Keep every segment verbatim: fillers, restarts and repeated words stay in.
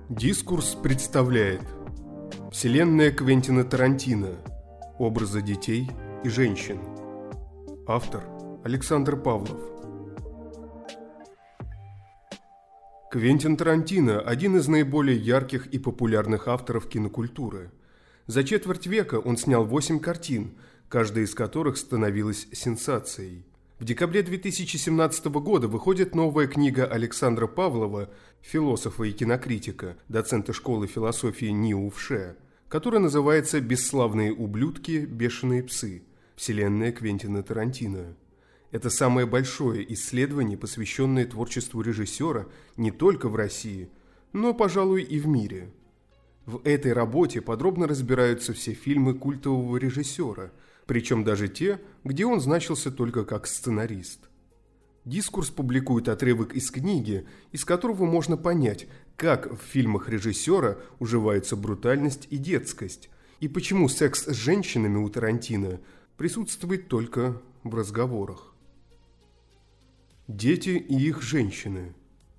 Дискурс представляет Вселенная Квентина Тарантино. Образы детей и женщин. Автор Александр Павлов. Квентин Тарантино – один из наиболее ярких и популярных авторов кинокультуры. За четверть века он снял восемь картин, каждая из которых становилась сенсацией. В декабре две тысячи семнадцатого года выходит новая книга Александра Павлова, философа и кинокритика, доцента школы философии НИУ в ШЭ, которая называется «Бесславные ублюдки, бешеные псы. Вселенная Квентина Тарантино». Это самое большое исследование, посвященное творчеству режиссера не только в России, но, пожалуй, и в мире. В этой работе подробно разбираются все фильмы культового режиссера, причем даже те, где он значился только как сценарист. Дискурс публикует отрывок из книги, из которого можно понять, как в фильмах режиссера уживаются брутальность и детскость, и почему секс с женщинами у Тарантино присутствует только в разговорах. Дети и их женщины.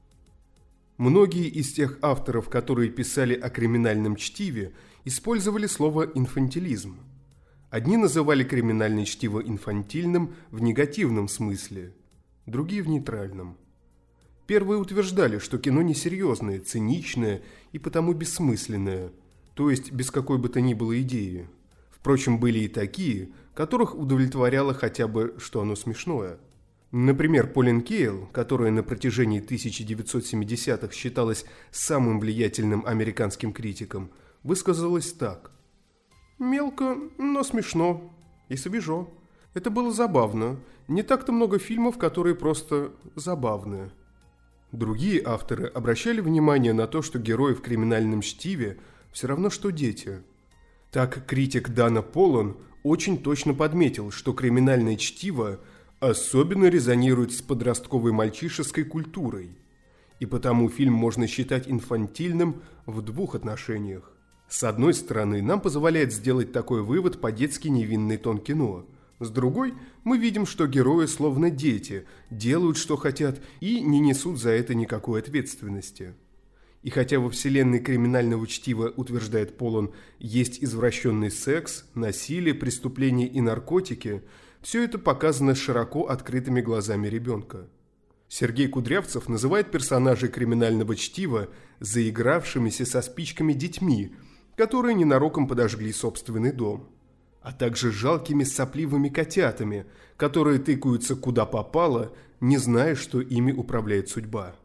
Многие из тех авторов, которые писали о криминальном чтиве, использовали слово «инфантилизм». Одни называли криминальное чтиво инфантильным в негативном смысле, другие в нейтральном. Первые утверждали, что кино несерьезное, циничное и потому бессмысленное, то есть без какой бы то ни было идеи. Впрочем, были и такие, которых удовлетворяло хотя бы, что оно смешное. Например, Полин Кейл, которая на протяжении тысяча девятьсот семидесятых считалась самым влиятельным американским критиком, высказалась так: «Мелко, но смешно и свежо. Это было забавно. Не так-то много фильмов, которые просто забавные». Другие авторы обращали внимание на то, что герои в криминальном чтиве все равно, что дети. Так критик Дана Полон очень точно подметил, что криминальное чтиво особенно резонирует с подростковой мальчишеской культурой. И потому фильм можно считать инфантильным в двух отношениях. С одной стороны, нам позволяет сделать такой вывод по-детски невинный тон кино. С другой, мы видим, что герои, словно дети, делают, что хотят, и не несут за это никакой ответственности. И хотя во вселенной криминального чтива, утверждает Полон, есть извращенный секс, насилие, преступления и наркотики, все это показано широко открытыми глазами ребенка. Сергей Кудрявцев называет персонажей криминального чтива заигравшимися со спичками детьми, которые ненароком подожгли собственный дом, а также жалкими сопливыми котятами, которые тыкаются куда попало, не зная, что ими управляет судьба.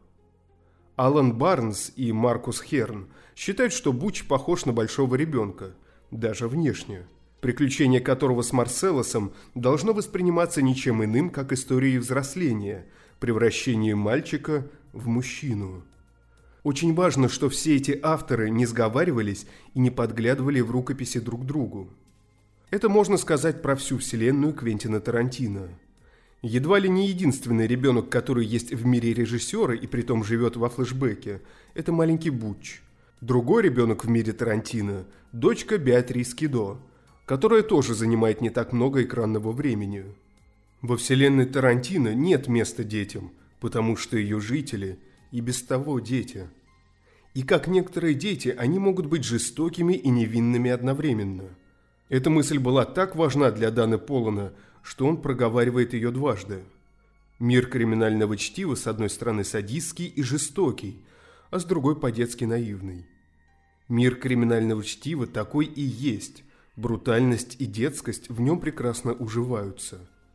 Алан Барнс и Маркус Херн считают, что Буч похож на большого ребенка, даже внешне, приключение которого с Марселосом должно восприниматься ничем иным, как историей взросления, превращение мальчика в мужчину. Очень важно, что все эти авторы не сговаривались и не подглядывали в рукописи друг другу. Это можно сказать про всю вселенную Квентина Тарантино. Едва ли не единственный ребенок, который есть в мире режиссера и притом живет во флешбеке, это маленький Буч. Другой ребенок в мире Тарантино – дочка Беатрис Кидо, которая тоже занимает не так много экранного времени. Во вселенной Тарантино нет места детям, потому что ее жители – и без того дети. И как некоторые дети, они могут быть жестокими и невинными одновременно. Эта мысль была так важна для Даны Полона, что он проговаривает ее дважды. Мир криминального чтива с одной стороны садистский и жестокий, а с другой по-детски наивный. Мир криминального чтива такой и есть, брутальность и детскость в нем прекрасно уживаются.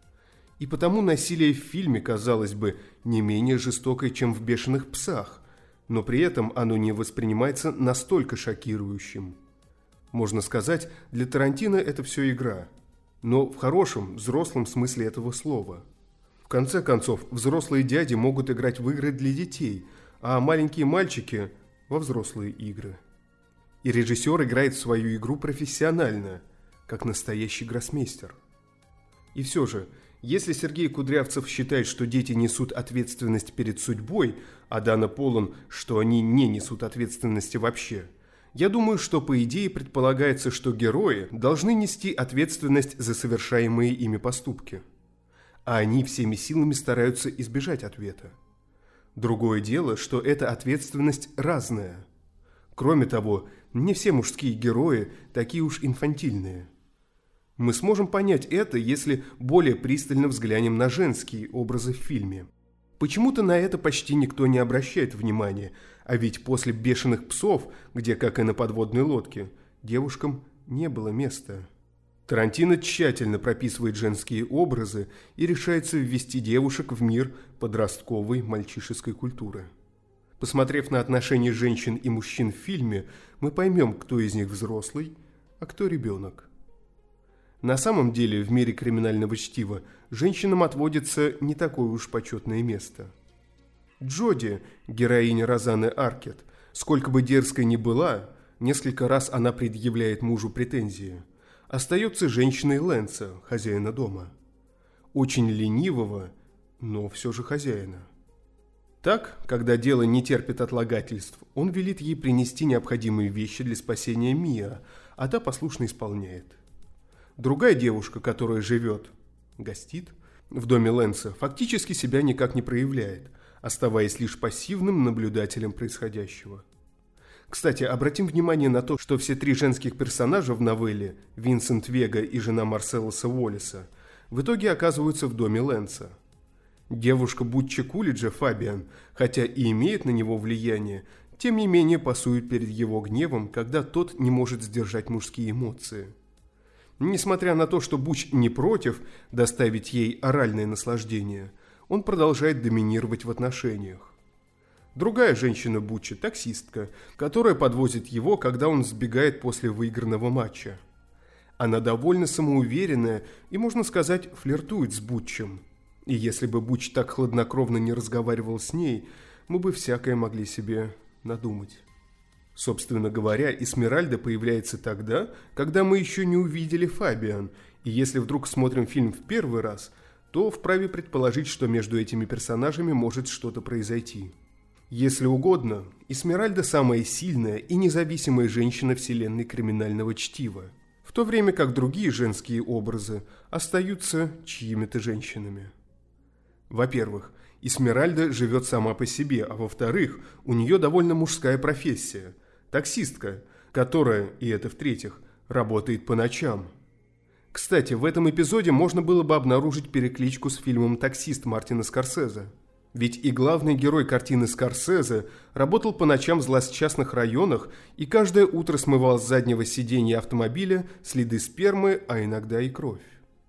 И потому насилие в фильме, казалось бы, не менее жестокое, чем в «Бешеных псах», но при этом оно не воспринимается настолько шокирующим. Можно сказать, для Тарантино это все игра, но в хорошем, взрослом смысле этого слова. В конце концов, взрослые дяди могут играть в игры для детей, а маленькие мальчики – во взрослые игры. И режиссер играет в свою игру профессионально, как настоящий гроссмейстер. И все же, если Сергей Кудрявцев считает, что дети несут ответственность перед судьбой, а Дана Полон, что они не несут ответственности вообще, я думаю, что по идее предполагается, что герои должны нести ответственность за совершаемые ими поступки. А они всеми силами стараются избежать ответа. Другое дело, что эта ответственность разная. Кроме того, не все мужские герои такие уж инфантильные. Мы сможем понять это, если более пристально взглянем на женские образы в фильме. Почему-то на это почти никто не обращает внимания, а ведь после «Бешеных псов», где, как и на подводной лодке, девушкам не было места. Тарантино тщательно прописывает женские образы и решается ввести девушек в мир подростковой мальчишеской культуры. Посмотрев на отношения женщин и мужчин в фильме, мы поймем, кто из них взрослый, а кто ребенок. На самом деле, в мире криминального чтива женщинам отводится не такое уж почетное место. Джоди, героиня Розанны Аркет, сколько бы дерзкой ни была, несколько раз она предъявляет мужу претензии, остается женщиной Лэнса, хозяина дома. Очень ленивого, но все же хозяина. Так, когда дело не терпит отлагательств, он велит ей принести необходимые вещи для спасения Миа, а та послушно исполняет. Другая девушка, которая живет, гостит, в доме Лэнса, фактически себя никак не проявляет, оставаясь лишь пассивным наблюдателем происходящего. Кстати, обратим внимание на то, что все три женских персонажа в новелле, Винсент Вега и жена Марселоса Уоллеса, в итоге оказываются в доме Лэнса. Девушка Бутча Кулиджа, Фабиан, хотя и имеет на него влияние, тем не менее пасует перед его гневом, когда тот не может сдержать мужские эмоции. Несмотря на то, что Буч не против доставить ей оральное наслаждение, он продолжает доминировать в отношениях. Другая женщина Бутча – таксистка, которая подвозит его, когда он сбегает после выигранного матча. Она довольно самоуверенная и, можно сказать, флиртует с Бутчем. И если бы Буч так хладнокровно не разговаривал с ней, мы бы всякое могли себе надумать. Собственно говоря, Эсмеральда появляется тогда, когда мы еще не увидели Фабиан, и если вдруг смотрим фильм в первый раз, то вправе предположить, что между этими персонажами может что-то произойти. Если угодно, Эсмеральда самая сильная и независимая женщина вселенной криминального чтива, в то время как другие женские образы остаются чьими-то женщинами. Во-первых, Эсмеральда живет сама по себе, а во-вторых, у нее довольно мужская профессия – таксистка, которая, и это в-третьих, работает по ночам. Кстати, в этом эпизоде можно было бы обнаружить перекличку с фильмом «Таксист» Мартина Скорсезе. Ведь и главный герой картины Скорсезе работал по ночам в злосчастных районах и каждое утро смывал с заднего сиденья автомобиля следы спермы, а иногда и кровь.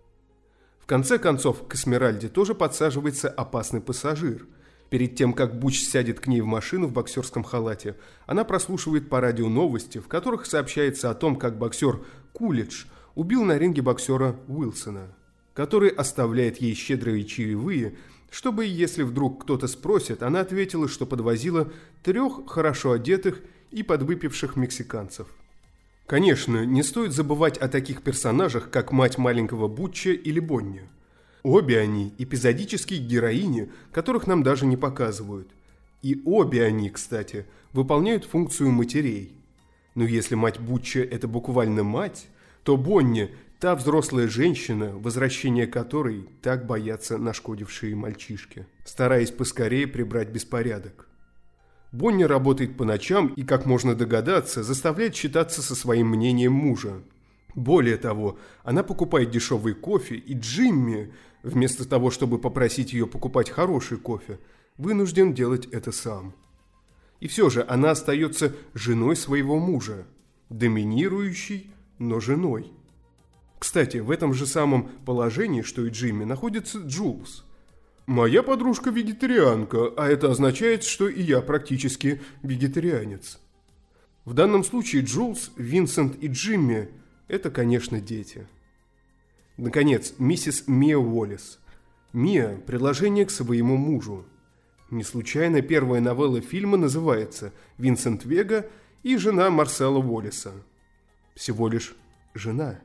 В конце концов, к Эсмеральде тоже подсаживается опасный пассажир. Перед тем, как Буч сядет к ней в машину в боксерском халате, она прослушивает по радио новости, в которых сообщается о том, как боксер Кулидж убил на ринге боксера Уилсона, который оставляет ей щедрые чаевые, чтобы, если вдруг кто-то спросит, она ответила, что подвозила трех хорошо одетых и подвыпивших мексиканцев. Конечно, не стоит забывать о таких персонажах, как мать маленького Бутча или Бонни. Обе они эпизодические героини, которых нам даже не показывают. И обе они, кстати, выполняют функцию матерей. Но если мать Бутча – это буквально мать, то Бонни – та взрослая женщина, возвращение которой так боятся нашкодившие мальчишки, стараясь поскорее прибрать беспорядок. Бонни работает по ночам и, как можно догадаться, заставляет считаться со своим мнением мужа. Более того, она покупает дешевый кофе, и Джимми, вместо того, чтобы попросить ее покупать хороший кофе, вынужден делать это сам. И все же она остается женой своего мужа, доминирующей, но женой. Кстати, в этом же самом положении, что и Джимми, находится Джулс. Моя подружка вегетарианка, а это означает, что и я практически вегетарианец. В данном случае Джулс, Винсент и Джимми – это, конечно, дети. Наконец, миссис Мия Уоллес. Мия – предложение к своему мужу. Не случайно первая новелла фильма называется «Винсент Вега и жена Марсела Уоллеса». Всего лишь жена.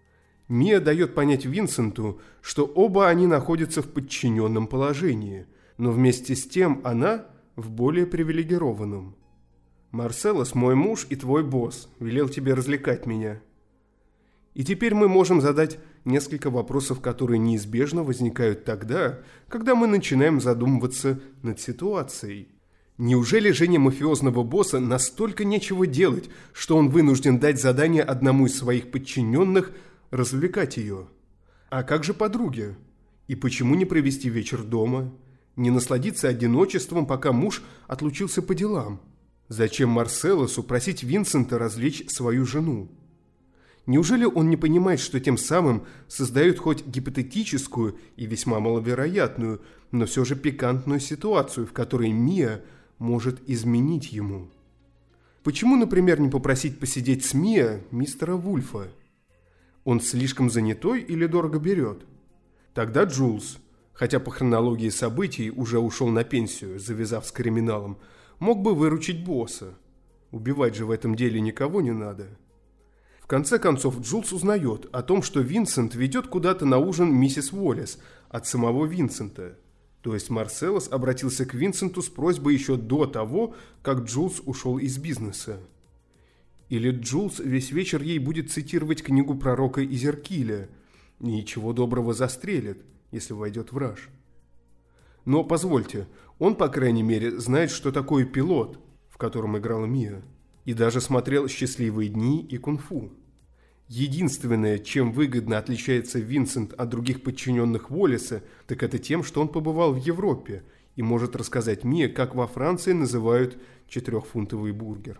Мия дает понять Винсенту, что оба они находятся в подчиненном положении, но вместе с тем она в более привилегированном. «Марселос, мой муж и твой босс, велел тебе развлекать меня». И теперь мы можем задать несколько вопросов, которые неизбежно возникают тогда, когда мы начинаем задумываться над ситуацией. Неужели жене мафиозного босса настолько нечего делать, что он вынужден дать задание одному из своих подчиненных развлекать ее? А как же подруги? И почему не провести вечер дома? Не насладиться одиночеством, пока муж отлучился по делам? Зачем Марселосу просить Винсента развлечь свою жену? Неужели он не понимает, что тем самым создает хоть гипотетическую и весьма маловероятную, но все же пикантную ситуацию, в которой Мия может изменить ему? Почему, например, не попросить посидеть с Мия мистера Вульфа? Он слишком занятой или дорого берет? Тогда Джулс, хотя по хронологии событий уже ушел на пенсию, завязав с криминалом, мог бы выручить босса. Убивать же в этом деле никого не надо. В конце концов, Джулс узнает о том, что Винсент ведет куда-то на ужин миссис Уоллес от самого Винсента. То есть Марселос обратился к Винсенту с просьбой еще до того, как Джулс ушел из бизнеса. Или Джулс весь вечер ей будет цитировать книгу пророка Изеркииля и ничего доброго застрелит, если войдет в раж. Но позвольте, он, по крайней мере, знает, что такое пилот, в котором играла Мия, и даже смотрел «Счастливые дни» и «Кунг-фу». Единственное, чем выгодно отличается Винсент от других подчиненных Уоллеса, так это тем, что он побывал в Европе и может рассказать Мие, как во Франции называют четырехфунтовый бургер.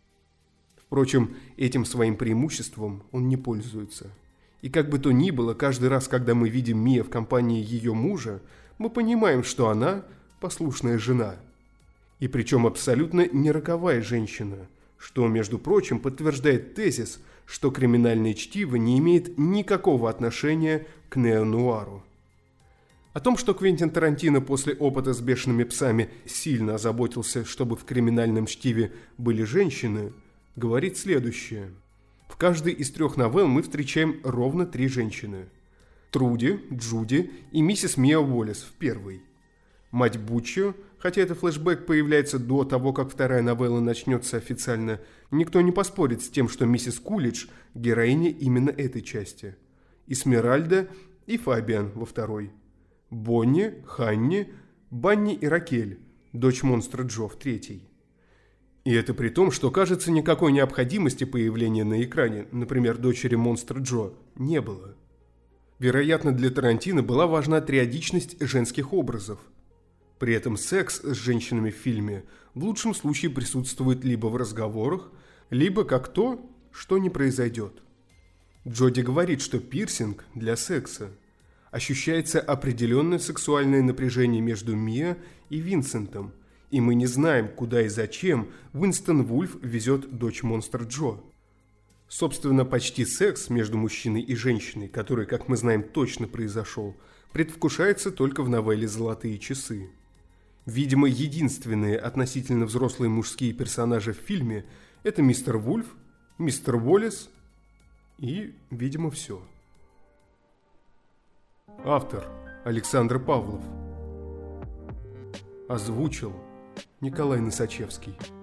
Впрочем, этим своим преимуществом он не пользуется. И как бы то ни было, каждый раз, когда мы видим Мия в компании ее мужа, мы понимаем, что она послушная жена. И причем абсолютно не роковая женщина, что, между прочим, подтверждает тезис, что криминальное чтиво не имеет никакого отношения к неонуару. О том, что Квентин Тарантино после опыта с «Бешеными псами» сильно озаботился, чтобы в криминальном чтиве были женщины, говорит следующее. В каждой из трех новелл мы встречаем ровно три женщины. Труди, Джуди и миссис Мия Уоллес в первой. Мать Буччо, хотя этот флешбэк появляется до того, как вторая новелла начнется официально, никто не поспорит с тем, что миссис Кулидж – героиня именно этой части. Эсмеральда и Фабиан во второй. Бонни, Ханни, Банни и Ракель, дочь монстра Джо в третьей. И это при том, что, кажется, никакой необходимости появления на экране, например, дочери монстра Джо, не было. Вероятно, для Тарантино была важна триадичность женских образов. При этом секс с женщинами в фильме в лучшем случае присутствует либо в разговорах, либо как то, что не произойдет. Джоди говорит, что пирсинг для секса. Ощущается определенное сексуальное напряжение между Мия и Винсентом, и мы не знаем, куда и зачем Уинстон Вульф везет дочь монстра Джо. Собственно, почти секс между мужчиной и женщиной, который, как мы знаем, точно произошел, предвкушается только в новелле «Золотые часы». Видимо, единственные относительно взрослые мужские персонажи в фильме – это мистер Вульф, мистер Уоллес и, видимо, все. Автор Александр Павлов. Озвучил Николай Носачевский.